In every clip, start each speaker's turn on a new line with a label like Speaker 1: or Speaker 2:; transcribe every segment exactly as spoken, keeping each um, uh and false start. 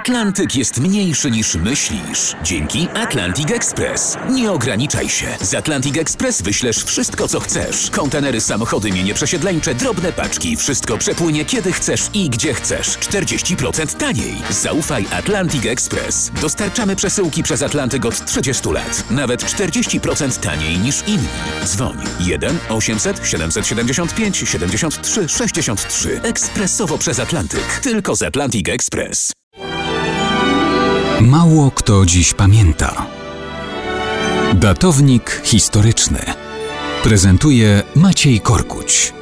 Speaker 1: Atlantyk jest mniejszy niż myślisz. Dzięki Atlantic Express. Nie ograniczaj się. Z Atlantic Express wyślesz wszystko, co chcesz. Kontenery, samochody, mienie przesiedleńcze, drobne paczki. Wszystko przepłynie kiedy chcesz i gdzie chcesz. czterdzieści procent taniej. Zaufaj Atlantic Express. Dostarczamy przesyłki przez Atlantyk od trzydziestu lat. Nawet czterdzieści procent taniej niż inni. Dzwoń jeden osiemset siedemset siedemdziesiąt pięć siedemdziesiąt trzy sześćdziesiąt trzy. Ekspresowo przez Atlantyk. Tylko z Atlantic Express.
Speaker 2: Mało kto dziś pamięta. Datownik historyczny prezentuje Maciej Korkuć.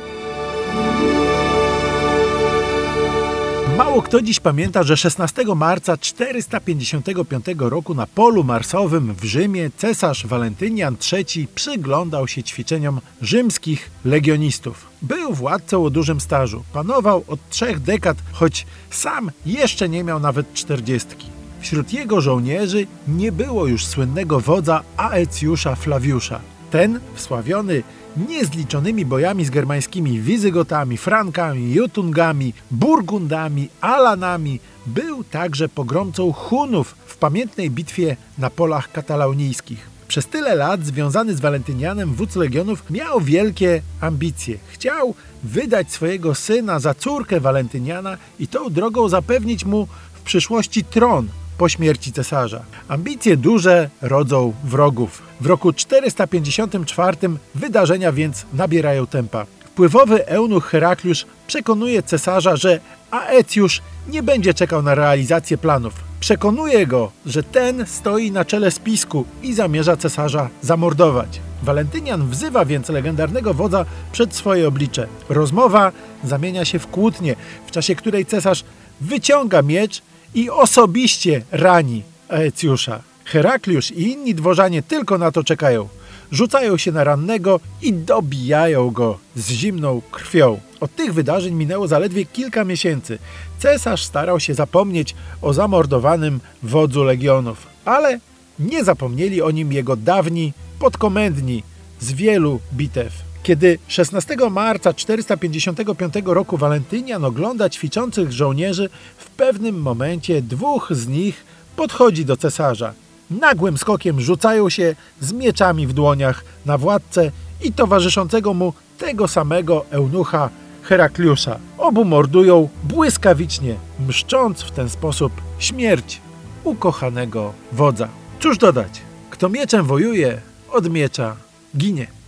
Speaker 3: Mało kto dziś pamięta, że szesnastego marca czterysta pięćdziesiątego piątego roku na polu marsowym w Rzymie cesarz Walentynian trzeci przyglądał się ćwiczeniom rzymskich legionistów. Był władcą o dużym stażu, panował od trzech dekad, choć sam jeszcze nie miał nawet czterdziestki. Wśród jego żołnierzy nie było już słynnego wodza Aecjusza Flawiusza. Ten, wsławiony niezliczonymi bojami z germańskimi Wizygotami, Frankami, Jotungami, Burgundami, Alanami, był także pogromcą Hunów w pamiętnej bitwie na polach katalaunijskich. Przez tyle lat związany z Walentynianem wódz legionów miał wielkie ambicje. Chciał wydać swojego syna za córkę Walentyniana i tą drogą zapewnić mu w przyszłości tron po śmierci cesarza. Ambicje duże rodzą wrogów. W roku czterysta pięćdziesiątym czwartym wydarzenia więc nabierają tempa. Wpływowy eunuch Herakliusz przekonuje cesarza, że Aecjusz nie będzie czekał na realizację planów. Przekonuje go, że ten stoi na czele spisku i zamierza cesarza zamordować. Walentynian wzywa więc legendarnego wodza przed swoje oblicze. Rozmowa zamienia się w kłótnię, w czasie której cesarz wyciąga miecz i osobiście rani Aecjusza. Herakliusz i inni dworzanie tylko na to czekają. Rzucają się na rannego i dobijają go z zimną krwią. Od tych wydarzeń minęło zaledwie kilka miesięcy. Cesarz starał się zapomnieć o zamordowanym wodzu legionów, ale nie zapomnieli o nim jego dawni podkomendni z wielu bitew. Kiedy szesnastego marca czterysta pięćdziesiątego piątego roku Walentynian ogląda ćwiczących żołnierzy, w pewnym momencie dwóch z nich podchodzi do cesarza. Nagłym skokiem rzucają się z mieczami w dłoniach na władcę i towarzyszącego mu tego samego eunucha Herakliusza. Obu mordują błyskawicznie, mszcząc w ten sposób śmierć ukochanego wodza. Cóż dodać? Kto mieczem wojuje, od miecza ginie.